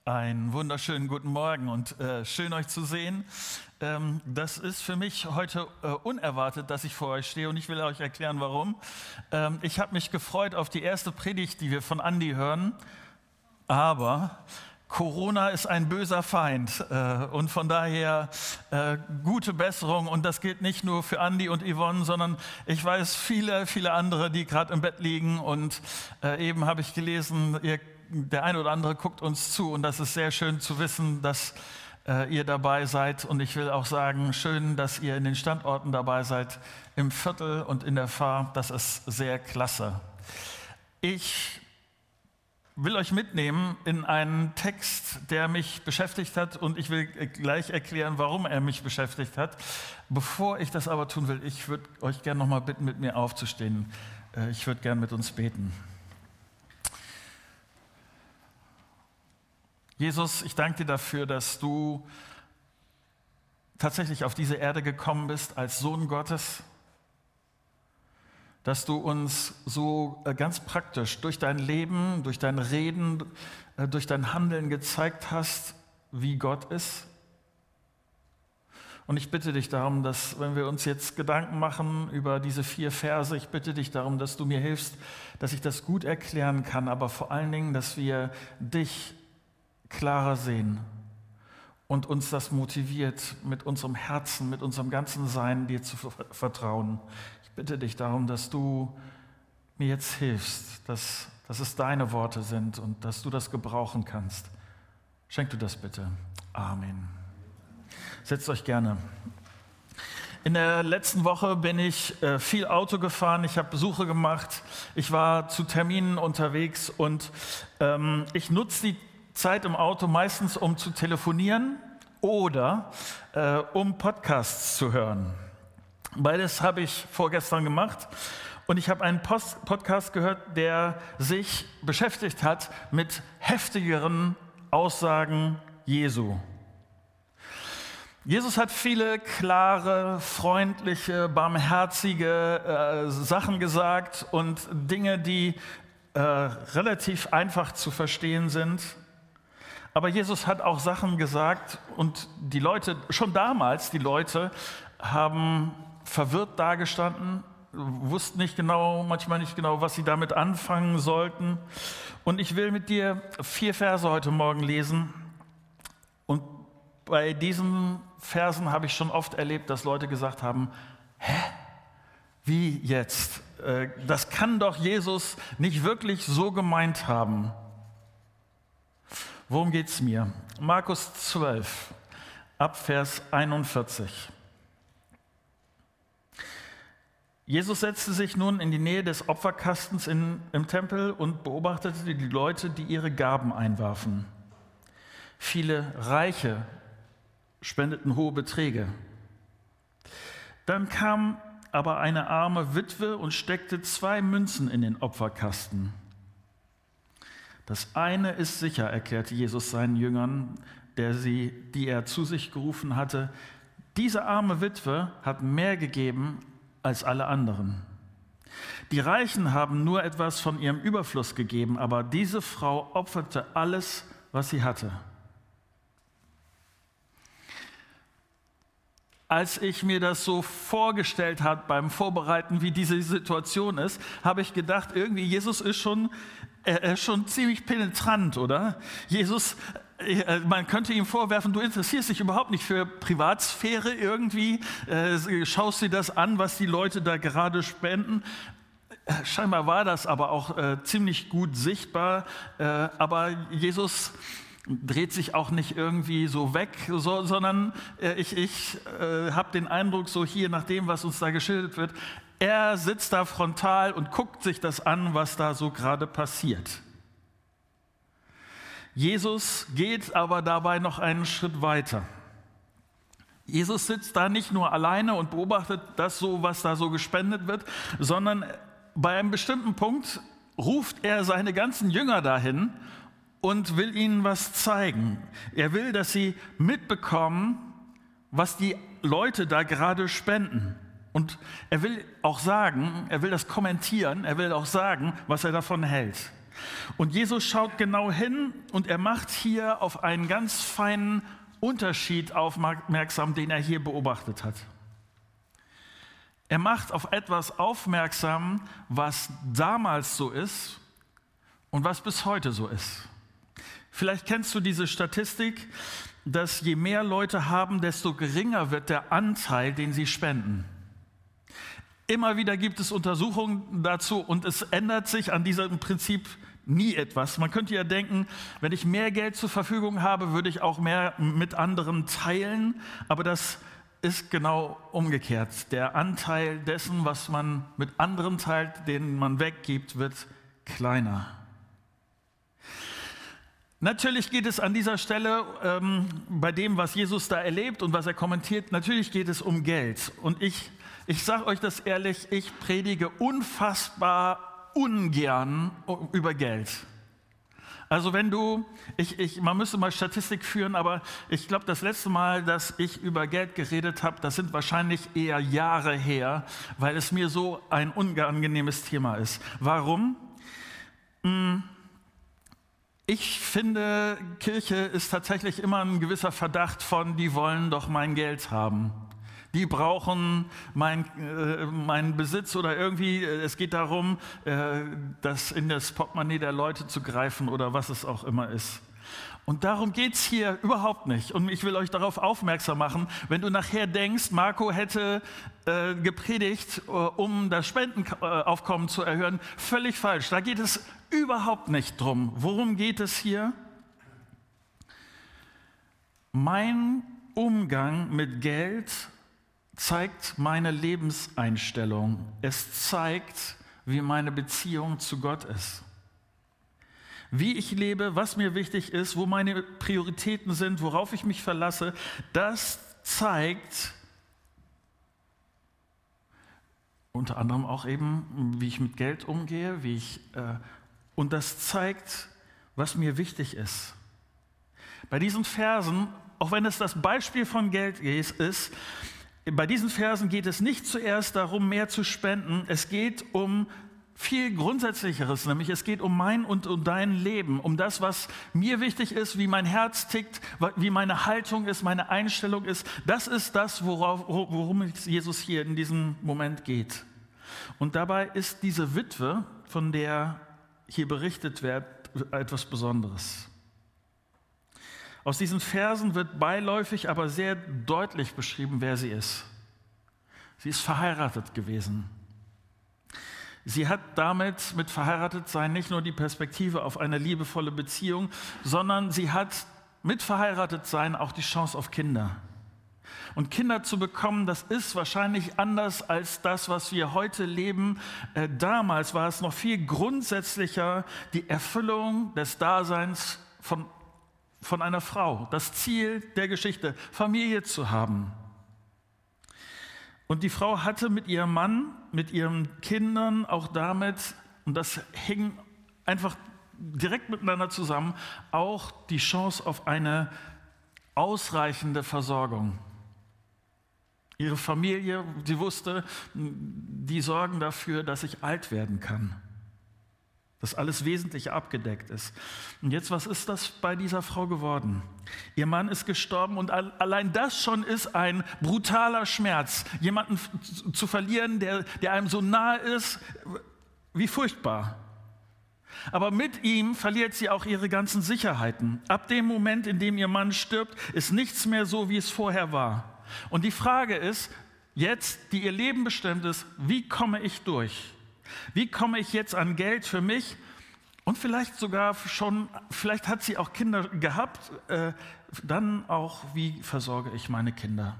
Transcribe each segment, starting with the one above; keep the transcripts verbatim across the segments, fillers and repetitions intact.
Einen wunderschönen guten Morgen und äh, schön euch zu sehen. Ähm, das ist für mich heute äh, unerwartet, dass ich vor euch stehe und ich will euch erklären, warum. Ähm, ich habe mich gefreut auf die erste Predigt, die wir von Andi hören, aber Corona ist ein böser Feind äh, und von daher äh, gute Besserung, und das gilt nicht nur für Andi und Yvonne, sondern ich weiß viele, viele andere, die gerade im Bett liegen, und äh, eben habe ich gelesen, ihr Der eine oder andere guckt uns zu, und das ist sehr schön zu wissen, dass äh, ihr dabei seid. Und ich will auch sagen, schön, dass ihr in den Standorten dabei seid, im Viertel und in der Fahr. Das ist sehr klasse. Ich will euch mitnehmen in einen Text, der mich beschäftigt hat, und ich will gleich erklären, warum er mich beschäftigt hat. Bevor ich das aber tun will, ich würde euch gerne noch mal bitten, mit mir aufzustehen. Äh, ich würde gerne mit uns beten. Jesus, ich danke dir dafür, dass du tatsächlich auf diese Erde gekommen bist als Sohn Gottes, dass du uns so ganz praktisch durch dein Leben, durch dein Reden, durch dein Handeln gezeigt hast, wie Gott ist. Und ich bitte dich darum, dass, wenn wir uns jetzt Gedanken machen über diese vier Verse, ich bitte dich darum, dass du mir hilfst, dass ich das gut erklären kann, aber vor allen Dingen, dass wir dich klarer sehen und uns das motiviert, mit unserem Herzen, mit unserem ganzen Sein dir zu vertrauen. Ich bitte dich darum, dass du mir jetzt hilfst, dass, dass es deine Worte sind und dass du das gebrauchen kannst. Schenk du das bitte. Amen. Setzt euch gerne. In der letzten Woche bin ich äh, viel Auto gefahren, ich habe Besuche gemacht, ich war zu Terminen unterwegs, und ähm, ich nutze die Zeit im Auto meistens, um zu telefonieren oder äh, um Podcasts zu hören. Beides habe ich vorgestern gemacht, und ich habe einen Post- Podcast gehört, der sich beschäftigt hat mit heftigeren Aussagen Jesu. Jesus hat viele klare, freundliche, barmherzige äh, Sachen gesagt und Dinge, die äh, relativ einfach zu verstehen sind. Aber Jesus hat auch Sachen gesagt, und die Leute, schon damals, die Leute haben verwirrt dagestanden, wussten nicht genau, manchmal nicht genau, was sie damit anfangen sollten. Und ich will mit dir vier Verse heute Morgen lesen. Und bei diesen Versen habe ich schon oft erlebt, dass Leute gesagt haben: Hä? Wie jetzt? Das kann doch Jesus nicht wirklich so gemeint haben. Worum geht es mir? Markus zwölf, ab Vers einundvierzig. Jesus setzte sich nun in die Nähe des Opferkastens in, im Tempel und beobachtete die Leute, die ihre Gaben einwarfen. Viele Reiche spendeten hohe Beträge. Dann kam aber eine arme Witwe und steckte zwei Münzen in den Opferkasten. Das eine ist sicher, erklärte Jesus seinen Jüngern, der sie, die er zu sich gerufen hatte. Diese arme Witwe hat mehr gegeben als alle anderen. Die Reichen haben nur etwas von ihrem Überfluss gegeben, aber diese Frau opferte alles, was sie hatte. Als ich mir das so vorgestellt habe beim Vorbereiten, wie diese Situation ist, habe ich gedacht, irgendwie Jesus ist schon, er ist schon ziemlich penetrant, oder? Jesus, man könnte ihm vorwerfen, du interessierst dich überhaupt nicht für Privatsphäre irgendwie, äh, schaust dir das an, was die Leute da gerade spenden. Scheinbar war das aber auch äh, ziemlich gut sichtbar, äh, aber Jesus dreht sich auch nicht irgendwie so weg, so, sondern äh, ich, ich äh, habe den Eindruck, so hier nach dem, was uns da geschildert wird, er sitzt da frontal und guckt sich das an, was da so gerade passiert. Jesus geht aber dabei noch einen Schritt weiter. Jesus sitzt da nicht nur alleine und beobachtet das so, was da so gespendet wird, sondern bei einem bestimmten Punkt ruft er seine ganzen Jünger dahin und will ihnen was zeigen. Er will, dass sie mitbekommen, was die Leute da gerade spenden. Und er will auch sagen, er will das kommentieren, er will auch sagen, was er davon hält. Und Jesus schaut genau hin und er macht hier auf einen ganz feinen Unterschied aufmerksam, den er hier beobachtet hat. Er macht auf etwas aufmerksam, was damals so ist und was bis heute so ist. Vielleicht kennst du diese Statistik, dass je mehr Leute haben, desto geringer wird der Anteil, den sie spenden. Immer wieder gibt es Untersuchungen dazu und es ändert sich an diesem Prinzip nie etwas. Man könnte ja denken, wenn ich mehr Geld zur Verfügung habe, würde ich auch mehr mit anderen teilen, aber das ist genau umgekehrt. Der Anteil dessen, was man mit anderen teilt, den man weggibt, wird kleiner. Natürlich geht es an dieser Stelle ähm, bei dem, was Jesus da erlebt und was er kommentiert, natürlich geht es um Geld. Und ich, ich sage euch das ehrlich, ich predige unfassbar ungern über Geld. Also wenn du, ich, ich, man müsste mal Statistik führen, aber ich glaube, das letzte Mal, dass ich über Geld geredet habe, das sind wahrscheinlich eher Jahre her, weil es mir so ein unangenehmes Thema ist. Warum? Ich finde, Kirche ist tatsächlich immer ein gewisser Verdacht von, die wollen doch mein Geld haben. Die brauchen mein, äh, meinen Besitz oder irgendwie, äh, es geht darum, äh, das in das Portemonnaie der Leute zu greifen oder was es auch immer ist. Und darum geht es hier überhaupt nicht. Und ich will euch darauf aufmerksam machen, wenn du nachher denkst, Marco hätte äh, gepredigt, äh, um das Spendenaufkommen zu erhöhen, völlig falsch. Da geht es überhaupt nicht drum. Worum geht es hier? Mein Umgang mit Geld zeigt meine Lebenseinstellung. Es zeigt, wie meine Beziehung zu Gott ist. Wie ich lebe, was mir wichtig ist, wo meine Prioritäten sind, worauf ich mich verlasse, das zeigt unter anderem auch eben, wie ich mit Geld umgehe, wie ich, äh, und das zeigt, was mir wichtig ist. Bei diesen Versen, auch wenn es das Beispiel von Geld ist, bei diesen Versen geht es nicht zuerst darum, mehr zu spenden. Es geht um viel Grundsätzlicheres, nämlich es geht um mein und um dein Leben, um das, was mir wichtig ist, wie mein Herz tickt, wie meine Haltung ist, meine Einstellung ist. Das ist das, worauf, worum es Jesus hier in diesem Moment geht. Und dabei ist diese Witwe, von der hier berichtet wird, etwas Besonderes. Aus diesen Versen wird beiläufig, aber sehr deutlich beschrieben, wer sie ist. Sie ist verheiratet gewesen. Sie hat damit mit Verheiratetsein nicht nur die Perspektive auf eine liebevolle Beziehung, sondern sie hat mit Verheiratetsein auch die Chance auf Kinder. Und Kinder zu bekommen, das ist wahrscheinlich anders als das, was wir heute leben. Äh, damals war es noch viel grundsätzlicher, die Erfüllung des Daseins von von einer Frau, das Ziel der Geschichte, Familie zu haben. Und die Frau hatte mit ihrem Mann, mit ihren Kindern auch damit, und das hing einfach direkt miteinander zusammen, auch die Chance auf eine ausreichende Versorgung. Ihre Familie, sie wusste, die sorgen dafür, dass ich alt werden kann. Dass alles Wesentliche abgedeckt ist. Und jetzt, was ist das bei dieser Frau geworden? Ihr Mann ist gestorben und allein das schon ist ein brutaler Schmerz. Jemanden zu verlieren, der, der einem so nahe ist, wie furchtbar. Aber mit ihm verliert sie auch ihre ganzen Sicherheiten. Ab dem Moment, in dem ihr Mann stirbt, ist nichts mehr so, wie es vorher war. Und die Frage ist, jetzt, die ihr Leben bestimmt ist, wie komme ich durch? Wie komme ich jetzt an Geld für mich? Und vielleicht sogar schon, vielleicht hat sie auch Kinder gehabt, äh, dann auch, wie versorge ich meine Kinder?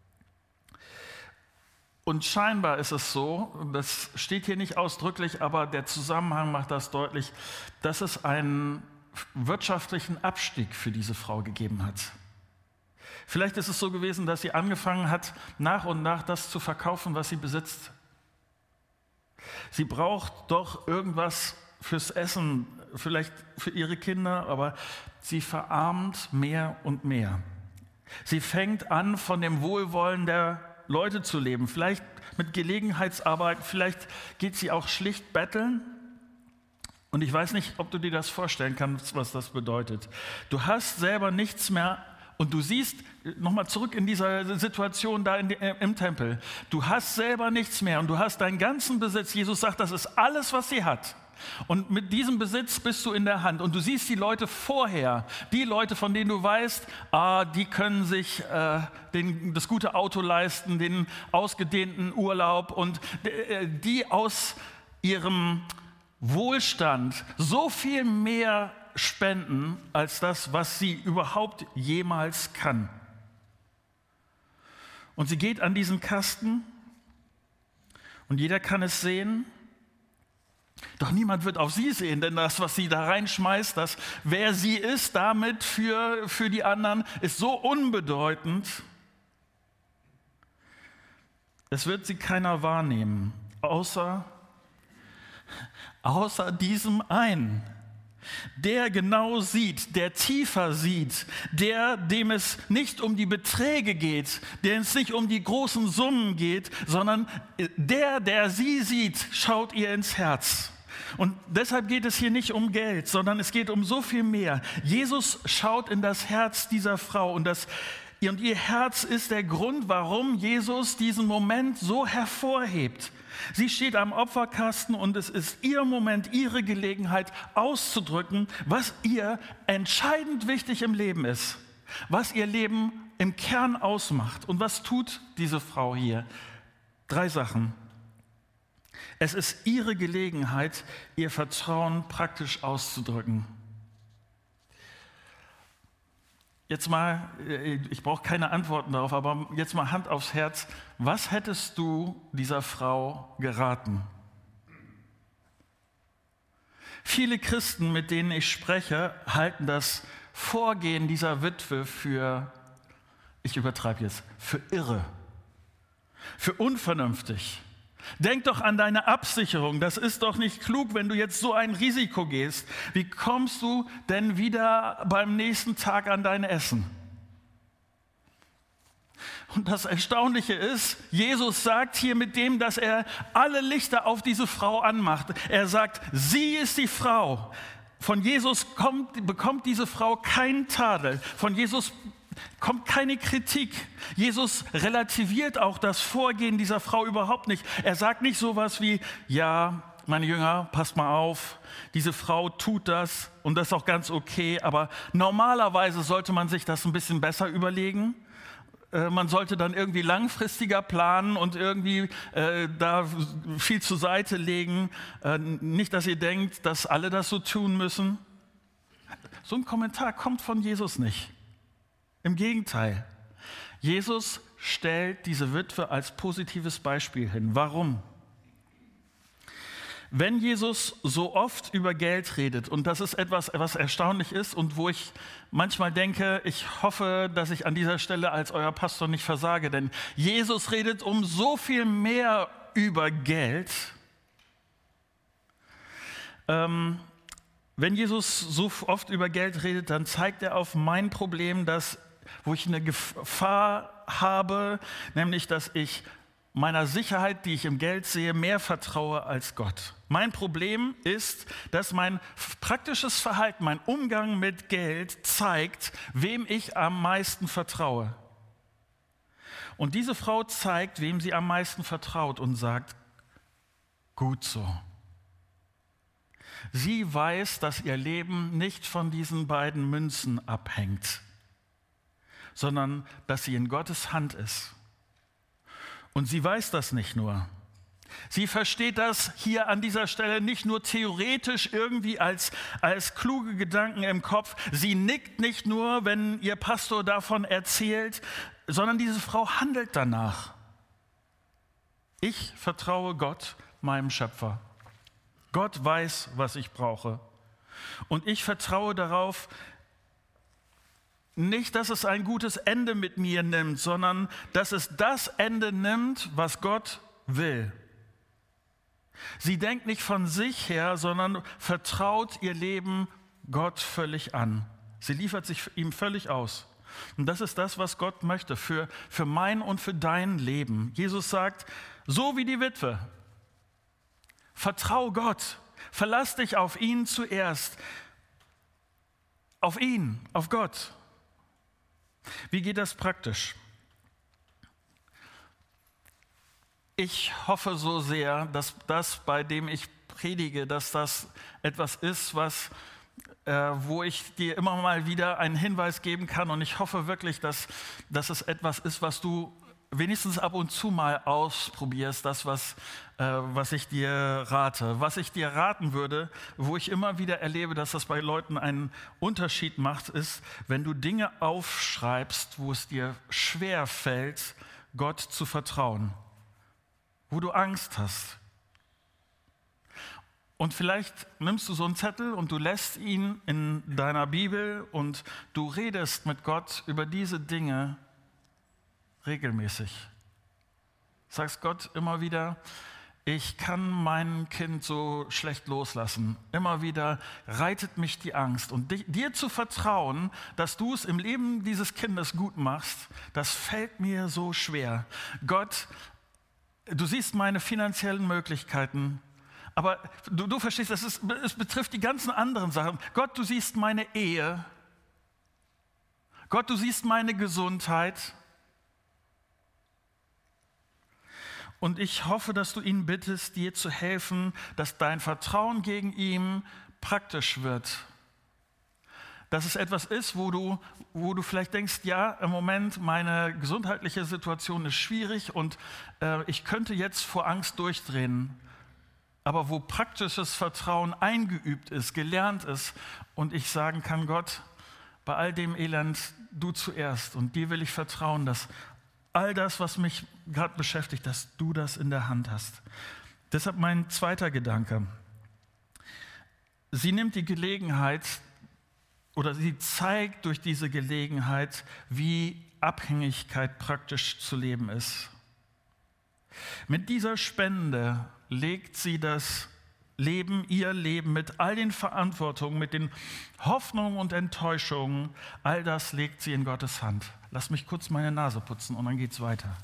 Und scheinbar ist es so, das steht hier nicht ausdrücklich, aber der Zusammenhang macht das deutlich, dass es einen wirtschaftlichen Abstieg für diese Frau gegeben hat. Vielleicht ist es so gewesen, dass sie angefangen hat, nach und nach das zu verkaufen, was sie besitzt. Sie braucht doch irgendwas fürs Essen, vielleicht für ihre Kinder, aber sie verarmt mehr und mehr. Sie fängt an, von dem Wohlwollen der Leute zu leben, vielleicht mit Gelegenheitsarbeit, vielleicht geht sie auch schlicht betteln Und ich weiß nicht, ob du dir das vorstellen kannst, was das bedeutet. Du hast selber nichts mehr und du siehst, nochmal zurück in dieser Situation da in, äh, im Tempel, du hast selber nichts mehr und du hast deinen ganzen Besitz. Jesus sagt, das ist alles, was sie hat. Und mit diesem Besitz bist du in der Hand. Und du siehst die Leute vorher, die Leute, von denen du weißt, ah, die können sich äh, den, das gute Auto leisten, den ausgedehnten Urlaub und äh, die aus ihrem Wohlstand so viel mehr spenden, als das, was sie überhaupt jemals kann. Und sie geht an diesen Kasten und jeder kann es sehen, doch niemand wird auf sie sehen, denn das, was sie da reinschmeißt, das, wer sie ist damit für, für die anderen, ist so unbedeutend, es wird sie keiner wahrnehmen, außer Außer diesem einen, der genau sieht, der tiefer sieht, der, dem es nicht um die Beträge geht, dem es nicht um die großen Summen geht, sondern der, der sie sieht, schaut ihr ins Herz. Und deshalb geht es hier nicht um Geld, sondern es geht um so viel mehr. Jesus schaut in das Herz dieser Frau und das Und ihr Herz ist der Grund, warum Jesus diesen Moment so hervorhebt. Sie steht am Opferkasten und es ist ihr Moment, ihre Gelegenheit auszudrücken, was ihr entscheidend wichtig im Leben ist, was ihr Leben im Kern ausmacht. Und was tut diese Frau hier? Drei Sachen. Es ist ihre Gelegenheit, ihr Vertrauen praktisch auszudrücken. Jetzt mal, ich brauche keine Antworten darauf, aber jetzt mal Hand aufs Herz. Was hättest du dieser Frau geraten? Viele Christen, mit denen ich spreche, halten das Vorgehen dieser Witwe für, ich übertreibe jetzt, für irre, für unvernünftig. Denk doch an deine Absicherung. Das ist doch nicht klug, wenn du jetzt so ein Risiko gehst. Wie kommst du denn wieder beim nächsten Tag an dein Essen? Und das Erstaunliche ist, Jesus sagt hier mit dem, dass er alle Lichter auf diese Frau anmacht. Er sagt, sie ist die Frau. Von Jesus kommt, bekommt diese Frau keinen Tadel. Von Jesus kommt keine Kritik. Jesus relativiert auch das Vorgehen dieser Frau überhaupt nicht. Er sagt nicht sowas wie, ja, meine Jünger, passt mal auf, diese Frau tut das und das ist auch ganz okay, aber normalerweise sollte man sich das ein bisschen besser überlegen. Äh, man sollte dann irgendwie langfristiger planen und irgendwie äh, da viel zur Seite legen. Äh, nicht, dass ihr denkt, dass alle das so tun müssen. So ein Kommentar kommt von Jesus nicht. Im Gegenteil, Jesus stellt diese Witwe als positives Beispiel hin. Warum? Wenn Jesus so oft über Geld redet, und das ist etwas, was erstaunlich ist und wo ich manchmal denke, ich hoffe, dass ich an dieser Stelle als euer Pastor nicht versage, denn Jesus redet um so viel mehr über Geld. Ähm, wenn Jesus so oft über Geld redet, dann zeigt er auf mein Problem, dass wo ich eine Gefahr habe, nämlich, dass ich meiner Sicherheit, die ich im Geld sehe, mehr vertraue als Gott. Mein Problem ist, dass mein praktisches Verhalten, mein Umgang mit Geld zeigt, wem ich am meisten vertraue. Und diese Frau zeigt, wem sie am meisten vertraut und sagt, gut so. Sie weiß, dass ihr Leben nicht von diesen beiden Münzen abhängt, sondern dass sie in Gottes Hand ist. Und sie weiß das nicht nur. Sie versteht das hier an dieser Stelle nicht nur theoretisch irgendwie als, als kluge Gedanken im Kopf. Sie nickt nicht nur, wenn ihr Pastor davon erzählt, sondern diese Frau handelt danach. Ich vertraue Gott, meinem Schöpfer. Gott weiß, was ich brauche. Und ich vertraue darauf, nicht, dass es ein gutes Ende mit mir nimmt, sondern dass es das Ende nimmt, was Gott will. Sie denkt nicht von sich her, sondern vertraut ihr Leben Gott völlig an. Sie liefert sich ihm völlig aus. Und das ist das, was Gott möchte für, für mein und für dein Leben. Jesus sagt, so wie die Witwe, vertrau Gott. Verlass dich auf ihn zuerst. Auf ihn, auf Gott. Wie geht das praktisch? Ich hoffe so sehr, dass das, bei dem ich predige, dass das etwas ist, was, äh, wo ich dir immer mal wieder einen Hinweis geben kann. Und ich hoffe wirklich, dass, dass es etwas ist, was du wenigstens ab und zu mal ausprobierst, das, was, äh, was ich dir rate. Was ich dir raten würde, wo ich immer wieder erlebe, dass das bei Leuten einen Unterschied macht, ist, wenn du Dinge aufschreibst, wo es dir schwer fällt, Gott zu vertrauen, wo du Angst hast. Und vielleicht nimmst du so einen Zettel und du lässt ihn in deiner Bibel und du redest mit Gott über diese Dinge regelmäßig. Sagst Gott immer wieder, ich kann mein Kind so schlecht loslassen. Immer wieder reitet mich die Angst. Und dir zu vertrauen, dass du es im Leben dieses Kindes gut machst, das fällt mir so schwer. Gott, du siehst meine finanziellen Möglichkeiten, aber du, du verstehst, das ist, es betrifft die ganzen anderen Sachen. Gott, du siehst meine Ehe. Gott, du siehst meine Gesundheit. Und ich hoffe, dass du ihn bittest, dir zu helfen, dass dein Vertrauen gegen ihn praktisch wird. Dass es etwas ist, wo du, wo du vielleicht denkst, ja, im Moment meine gesundheitliche Situation ist schwierig und äh, ich könnte jetzt vor Angst durchdrehen. Aber wo praktisches Vertrauen eingeübt ist, gelernt ist und ich sagen kann, Gott, bei all dem Elend, du zuerst und dir will ich vertrauen, dass all das, was mich gerade beschäftigt, dass du das in der Hand hast. Deshalb mein zweiter Gedanke. Sie nimmt die Gelegenheit, oder sie zeigt durch diese Gelegenheit, wie Abhängigkeit praktisch zu leben ist. Mit dieser Spende legt sie das Leben, ihr Leben mit all den Verantwortungen, mit den Hoffnungen und Enttäuschungen, all das legt sie in Gottes Hand. Lass mich kurz meine Nase putzen und dann geht's weiter.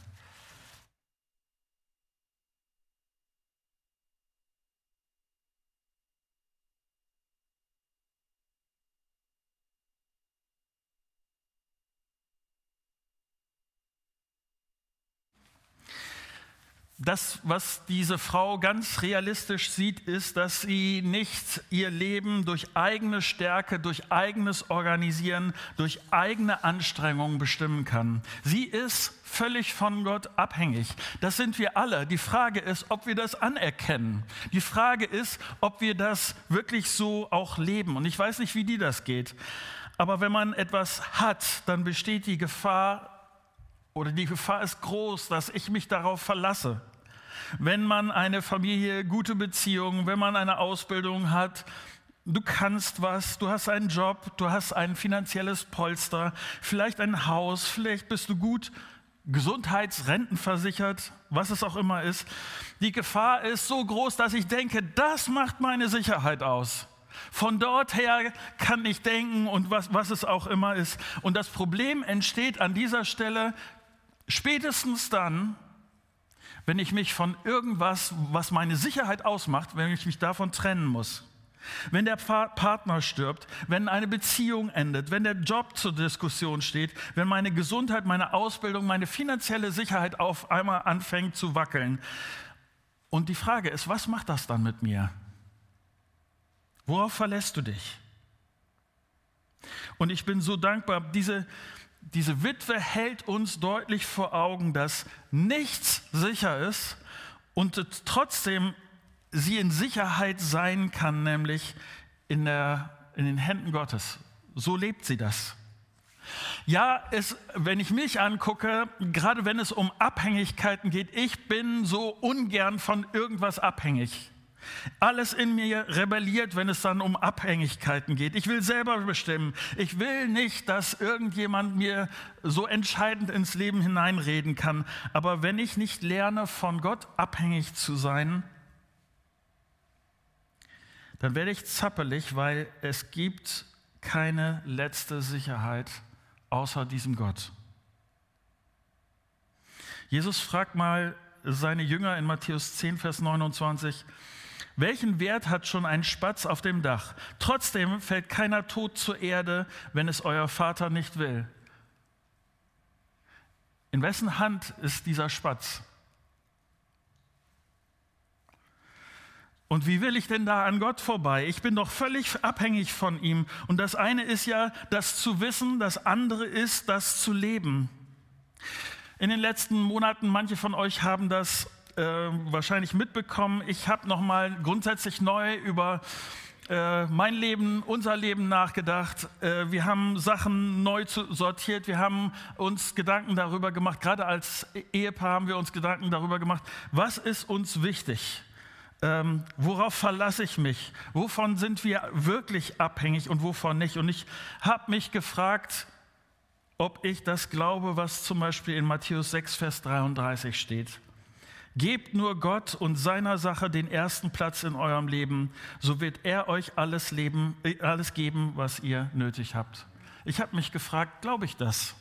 Das, was diese Frau ganz realistisch sieht, ist, dass sie nicht ihr Leben durch eigene Stärke, durch eigenes Organisieren, durch eigene Anstrengungen bestimmen kann. Sie ist völlig von Gott abhängig. Das sind wir alle. Die Frage ist, ob wir das anerkennen. Die Frage ist, ob wir das wirklich so auch leben. Und ich weiß nicht, wie dir das geht. Aber wenn man etwas hat, dann besteht die Gefahr, oder die Gefahr ist groß, dass ich mich darauf verlasse. Wenn man eine Familie, gute Beziehungen, wenn man eine Ausbildung hat, du kannst was, du hast einen Job, du hast ein finanzielles Polster, vielleicht ein Haus, vielleicht bist du gut gesundheitsrentenversichert, was es auch immer ist. Die Gefahr ist so groß, dass ich denke, das macht meine Sicherheit aus. Von dort her kann ich denken und was, was es auch immer ist. Und das Problem entsteht an dieser Stelle spätestens dann, wenn ich mich von irgendwas, was meine Sicherheit ausmacht, wenn ich mich davon trennen muss. Wenn der Partner stirbt, wenn eine Beziehung endet, wenn der Job zur Diskussion steht, wenn meine Gesundheit, meine Ausbildung, meine finanzielle Sicherheit auf einmal anfängt zu wackeln. Und die Frage ist, was macht das dann mit mir? Worauf verlässt du dich? Und ich bin so dankbar, diese Diese Witwe hält uns deutlich vor Augen, dass nichts sicher ist und trotzdem sie in Sicherheit sein kann, nämlich in, der, in den Händen Gottes. So lebt sie das. Ja, es, wenn ich mich angucke, gerade wenn es um Abhängigkeiten geht, ich bin so ungern von irgendwas abhängig. Alles in mir rebelliert, wenn es dann um Abhängigkeiten geht. Ich will selber bestimmen. Ich will nicht, dass irgendjemand mir so entscheidend ins Leben hineinreden kann. Aber wenn ich nicht lerne, von Gott abhängig zu sein, dann werde ich zappelig, weil es gibt keine letzte Sicherheit außer diesem Gott. Jesus fragt mal seine Jünger in Matthäus zehn, Vers neunundzwanzig, Welchen Wert hat schon ein Spatz auf dem Dach? Trotzdem fällt keiner tot zur Erde, wenn es euer Vater nicht will. In wessen Hand ist dieser Spatz? Und wie will ich denn da an Gott vorbei? Ich bin doch völlig abhängig von ihm. Und das eine ist ja, das zu wissen, das andere ist, das zu leben. In den letzten Monaten, manche von euch haben das äh, wahrscheinlich mitbekommen, ich habe nochmal grundsätzlich neu über äh, mein Leben, unser Leben nachgedacht. Äh, wir haben Sachen neu zu, sortiert, wir haben uns Gedanken darüber gemacht, gerade als Ehepaar haben wir uns Gedanken darüber gemacht, was ist uns wichtig? Ähm, worauf verlasse ich mich? Wovon sind wir wirklich abhängig und wovon nicht? Und ich habe mich gefragt, ob ich das glaube, was zum Beispiel in Matthäus sechs, Vers dreiunddreißig steht. Gebt nur Gott und seiner Sache den ersten Platz in eurem Leben, so wird er euch alles, leben, äh, alles geben, was ihr nötig habt. Ich habe mich gefragt, glaube ich das?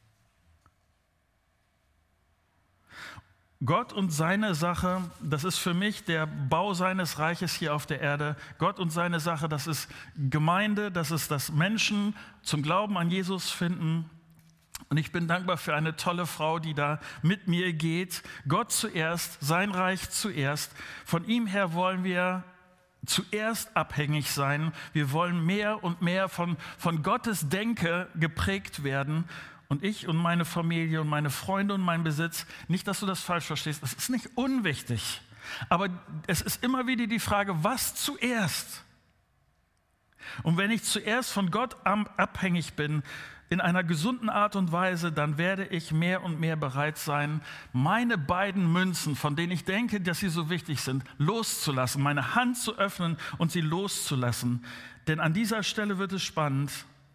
Gott und seine Sache, das ist für mich der Bau seines Reiches hier auf der Erde. Gott und seine Sache, das ist Gemeinde, das ist, dass Menschen zum Glauben an Jesus finden. Und ich bin dankbar für eine tolle Frau, die da mit mir geht. Gott zuerst, sein Reich zuerst. Von ihm her wollen wir zuerst abhängig sein. Wir wollen mehr und mehr von, von Gottes Denke geprägt werden. Und ich und meine Familie und meine Freunde und mein Besitz, nicht, dass du das falsch verstehst, es ist nicht unwichtig. Aber es ist immer wieder die Frage, was zuerst? Und wenn ich zuerst von Gott abhängig bin, in einer gesunden Art und Weise, dann werde ich mehr und mehr bereit sein, meine beiden Münzen, von denen ich denke, dass sie so wichtig sind, loszulassen, meine Hand zu öffnen und sie loszulassen. Denn an dieser Stelle wird es spannend.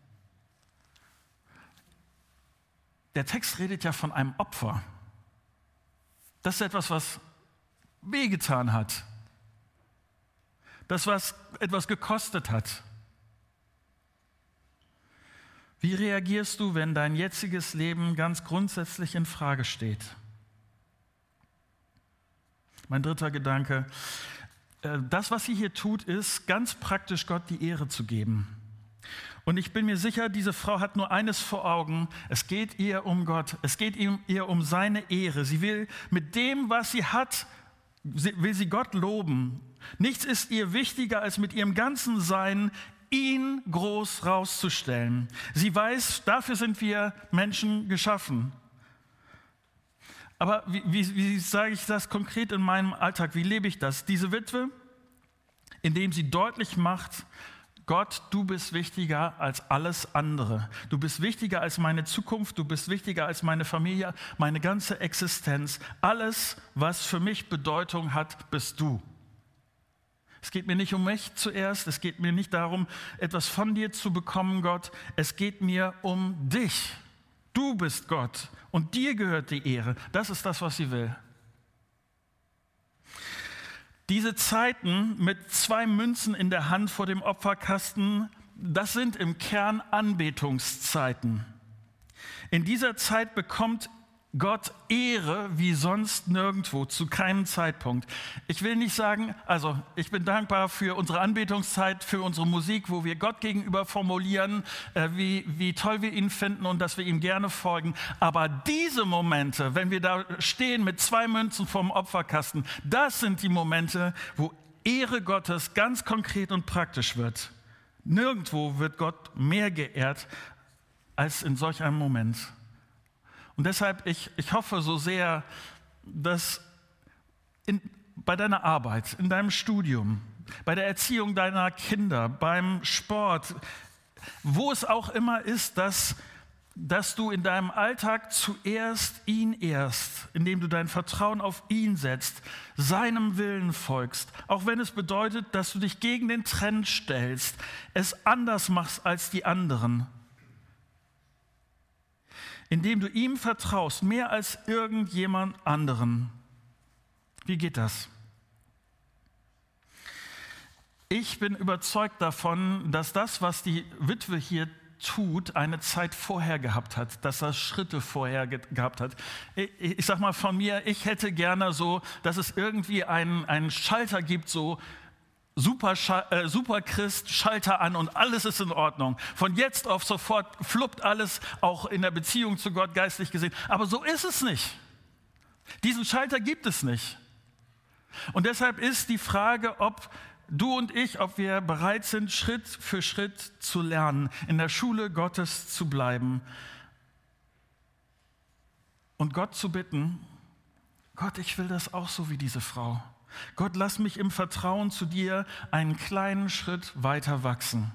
Der Text redet ja von einem Opfer. Das ist etwas, was wehgetan hat. Das, was etwas gekostet hat. Wie reagierst du, wenn dein jetziges Leben ganz grundsätzlich in Frage steht? Mein dritter Gedanke. Das, was sie hier tut, ist, ganz praktisch Gott die Ehre zu geben. Und ich bin mir sicher, diese Frau hat nur eines vor Augen. Es geht ihr um Gott. Es geht ihr um seine Ehre. Sie will mit dem, was sie hat, will sie Gott loben. Nichts ist ihr wichtiger, als mit ihrem ganzen Sein ihn groß rauszustellen. Sie weiß, dafür sind wir Menschen geschaffen. Aber wie, wie, wie sage ich das konkret in meinem Alltag? Wie lebe ich das? Diese Witwe, indem sie deutlich macht, Gott, du bist wichtiger als alles andere. Du bist wichtiger als meine Zukunft, du bist wichtiger als meine Familie, meine ganze Existenz. Alles, was für mich Bedeutung hat, bist du. Es geht mir nicht um mich zuerst, es geht mir nicht darum, etwas von dir zu bekommen, Gott. Es geht mir um dich. Du bist Gott und dir gehört die Ehre. Das ist das, was sie will. Diese Zeiten mit zwei Münzen in der Hand vor dem Opferkasten, das sind im Kern Anbetungszeiten. In dieser Zeit bekommt Gott Ehre wie sonst nirgendwo, zu keinem Zeitpunkt. Ich will nicht sagen, also ich bin dankbar für unsere Anbetungszeit, für unsere Musik, wo wir Gott gegenüber formulieren, äh, wie, wie toll wir ihn finden und dass wir ihm gerne folgen. Aber diese Momente, wenn wir da stehen mit zwei Münzen vorm Opferkasten, das sind die Momente, wo Ehre Gottes ganz konkret und praktisch wird. Nirgendwo wird Gott mehr geehrt als in solch einem Moment. Und deshalb, ich, ich hoffe so sehr, dass in, bei deiner Arbeit, in deinem Studium, bei der Erziehung deiner Kinder, beim Sport, wo es auch immer ist, dass, dass du in deinem Alltag zuerst ihn ehrst, indem du dein Vertrauen auf ihn setzt, seinem Willen folgst, auch wenn es bedeutet, dass du dich gegen den Trend stellst, es anders machst als die anderen. Indem du ihm vertraust, mehr als irgendjemand anderen. Wie geht das? Ich bin überzeugt davon, dass das, was die Witwe hier tut, eine Zeit vorher gehabt hat, dass er Schritte vorher ge- gehabt hat. Ich, ich sag mal von mir, ich hätte gerne so, dass es irgendwie einen, einen Schalter gibt, so Super, äh, super Christ, Schalter an und alles ist in Ordnung. Von jetzt auf sofort fluppt alles, auch in der Beziehung zu Gott geistlich gesehen. Aber so ist es nicht. Diesen Schalter gibt es nicht. Und deshalb ist die Frage, ob du und ich, ob wir bereit sind, Schritt für Schritt zu lernen, in der Schule Gottes zu bleiben und Gott zu bitten, Gott, ich will das auch so wie diese Frau. Gott, lass mich im Vertrauen zu dir einen kleinen Schritt weiter wachsen.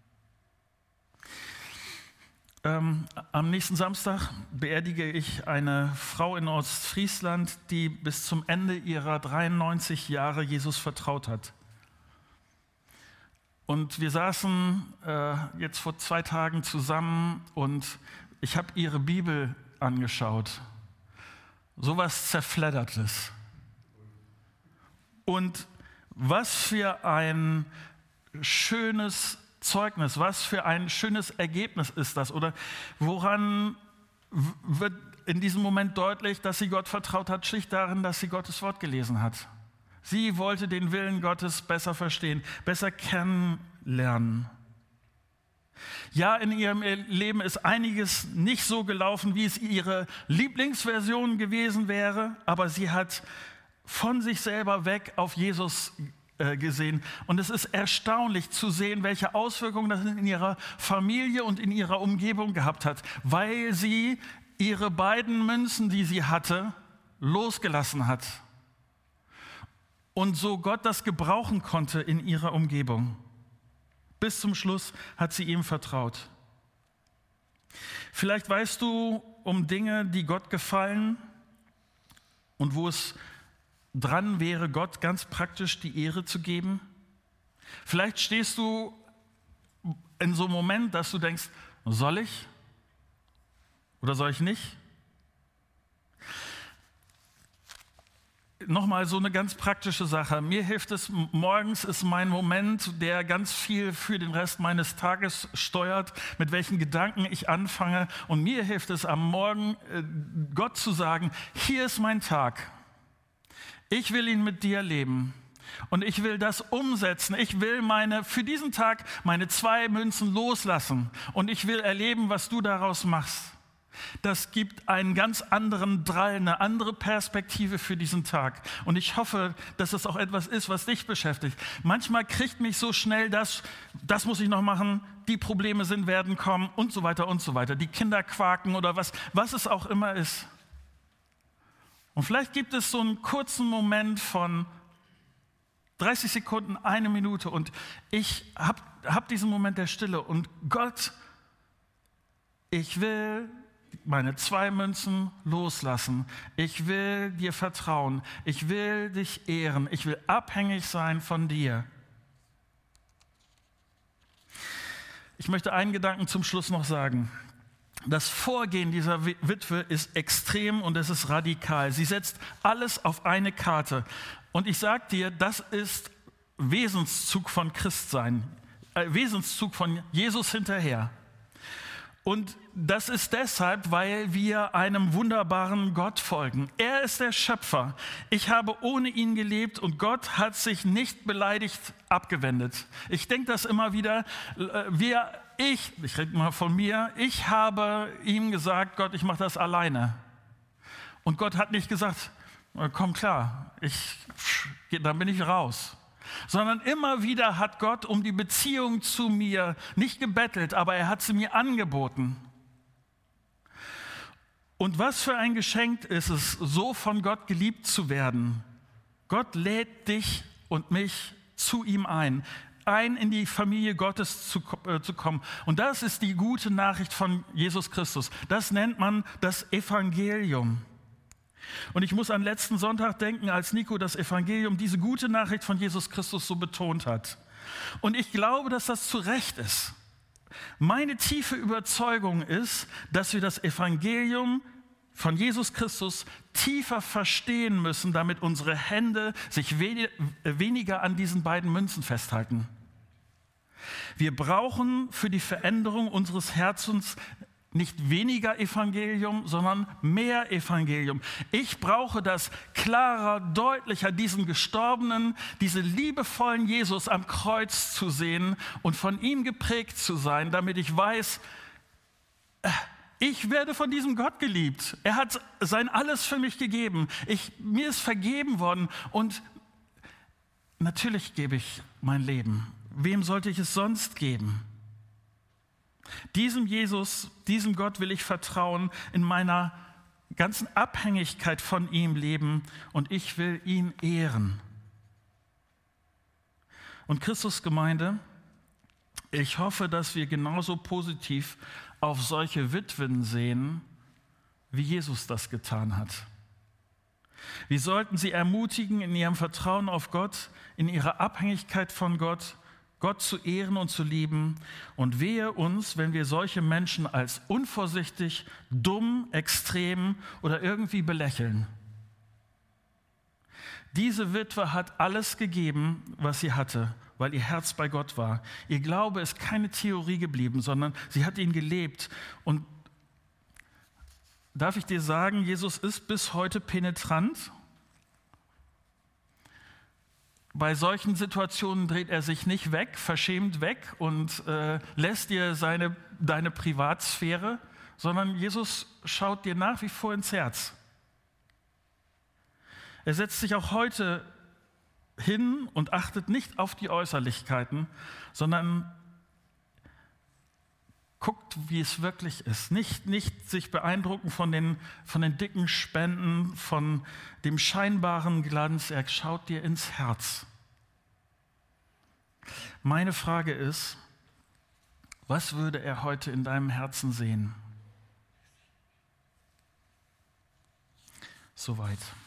Ähm, am nächsten Samstag beerdige ich eine Frau in Ostfriesland, die bis zum Ende ihrer dreiundneunzig Jahre Jesus vertraut hat. Und wir saßen äh, jetzt vor zwei Tagen zusammen und ich habe ihre Bibel angeschaut. Sowas Zerfleddertes. Und was für ein schönes Zeugnis, was für ein schönes Ergebnis ist das? Oder woran wird in diesem Moment deutlich, dass sie Gott vertraut hat? Schlicht darin, dass sie Gottes Wort gelesen hat. Sie wollte den Willen Gottes besser verstehen, besser kennenlernen. Ja, in ihrem Leben ist einiges nicht so gelaufen, wie es ihre Lieblingsversion gewesen wäre, aber sie hat von sich selber weg auf Jesus äh, gesehen. Und es ist erstaunlich zu sehen, welche Auswirkungen das in ihrer Familie und in ihrer Umgebung gehabt hat, weil sie ihre beiden Münzen, die sie hatte, losgelassen hat. Und so Gott das gebrauchen konnte in ihrer Umgebung. Bis zum Schluss hat sie ihm vertraut. Vielleicht weißt du um Dinge, die Gott gefallen und wo es dran wäre, Gott ganz praktisch die Ehre zu geben. Vielleicht stehst du in so einem Moment, dass du denkst, soll ich oder soll ich nicht? Nochmal so eine ganz praktische Sache. Mir hilft es, morgens ist mein Moment, der ganz viel für den Rest meines Tages steuert, mit welchen Gedanken ich anfange. Und mir hilft es am Morgen, Gott zu sagen, hier ist mein Tag. Ich will ihn mit dir leben und ich will das umsetzen. Ich will meine, für diesen Tag meine zwei Münzen loslassen und ich will erleben, was du daraus machst. Das gibt einen ganz anderen Drall, eine andere Perspektive für diesen Tag. Und ich hoffe, dass es auch etwas ist, was dich beschäftigt. Manchmal kriegt mich so schnell das, das muss ich noch machen, die Probleme sind, werden kommen und so weiter und so weiter. Die Kinder quaken oder was, was es auch immer ist. Und vielleicht gibt es so einen kurzen Moment von dreißig Sekunden, eine Minute und ich habe hab diesen Moment der Stille und Gott, ich will meine zwei Münzen loslassen. Ich will dir vertrauen. Ich will dich ehren. Ich will abhängig sein von dir. Ich möchte einen Gedanken zum Schluss noch sagen. Das Vorgehen dieser Witwe ist extrem und es ist radikal. Sie setzt alles auf eine Karte. Und ich sage dir, das ist Wesenszug von Christsein, äh, Wesenszug von Jesus hinterher. Und das ist deshalb, weil wir einem wunderbaren Gott folgen. Er ist der Schöpfer. Ich habe ohne ihn gelebt und Gott hat sich nicht beleidigt abgewendet. Ich denke das immer wieder, wir, ich, ich rede mal von mir, ich habe ihm gesagt, Gott, ich mache das alleine. Und Gott hat nicht gesagt, komm klar, ich, dann bin ich raus. Sondern immer wieder hat Gott um die Beziehung zu mir nicht gebettelt, aber er hat sie mir angeboten. Und was für ein Geschenk ist es, so von Gott geliebt zu werden. Gott lädt dich und mich zu ihm ein, ein in die Familie Gottes zu, äh, zu kommen. Und das ist die gute Nachricht von Jesus Christus. Das nennt man das Evangelium. Und ich muss an letzten Sonntag denken, als Nico das Evangelium, diese gute Nachricht von Jesus Christus so betont hat. Und ich glaube, dass das zu Recht ist. Meine tiefe Überzeugung ist, dass wir das Evangelium von Jesus Christus tiefer verstehen müssen, damit unsere Hände sich we- weniger an diesen beiden Münzen festhalten. Wir brauchen für die Veränderung unseres Herzens Nicht weniger Evangelium, sondern mehr Evangelium. Ich brauche das klarer, deutlicher, diesen gestorbenen, diesen liebevollen Jesus am Kreuz zu sehen und von ihm geprägt zu sein, damit ich weiß, ich werde von diesem Gott geliebt. Er hat sein Alles für mich gegeben. Ich, mir ist vergeben worden und natürlich gebe ich mein Leben. Wem sollte ich es sonst geben? Diesem Jesus, diesem Gott will ich vertrauen, in meiner ganzen Abhängigkeit von ihm leben und ich will ihn ehren. Und Christusgemeinde, ich hoffe, dass wir genauso positiv auf solche Witwen sehen, wie Jesus das getan hat. Wir sollten sie ermutigen, in ihrem Vertrauen auf Gott, in ihrer Abhängigkeit von Gott, Gott zu ehren und zu lieben. Und wehe uns, wenn wir solche Menschen als unvorsichtig, dumm, extrem oder irgendwie belächeln. Diese Witwe hat alles gegeben, was sie hatte, weil ihr Herz bei Gott war. Ihr Glaube ist keine Theorie geblieben, sondern sie hat ihn gelebt. Und darf ich dir sagen, Jesus ist bis heute penetrant. Bei solchen Situationen dreht er sich nicht weg, verschämt weg und äh, lässt dir seine, deine Privatsphäre, sondern Jesus schaut dir nach wie vor ins Herz. Er setzt sich auch heute hin und achtet nicht auf die Äußerlichkeiten, sondern guckt, wie es wirklich ist. Nicht, nicht sich beeindrucken von den, von den dicken Spenden, von dem scheinbaren Glanz. Er schaut dir ins Herz. Meine Frage ist, was würde er heute in deinem Herzen sehen? Soweit.